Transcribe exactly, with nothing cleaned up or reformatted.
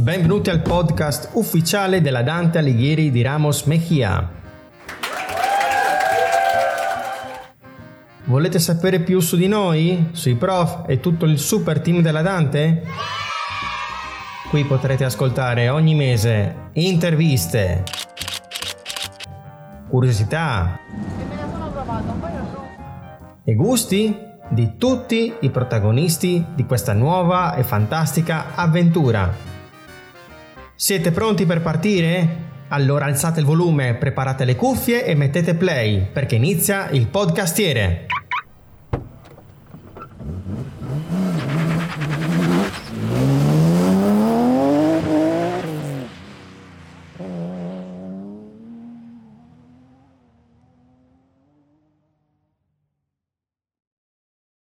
Benvenuti al podcast ufficiale della Dante Alighieri di Ramos Mejía. Volete sapere più su di noi, sui prof e tutto il super team della Dante? Qui potrete ascoltare ogni mese interviste, curiosità e gusti di tutti i protagonisti di questa nuova e fantastica avventura. Siete pronti per partire? Allora alzate il volume, preparate le cuffie e mettete play, perché inizia il podcastiere.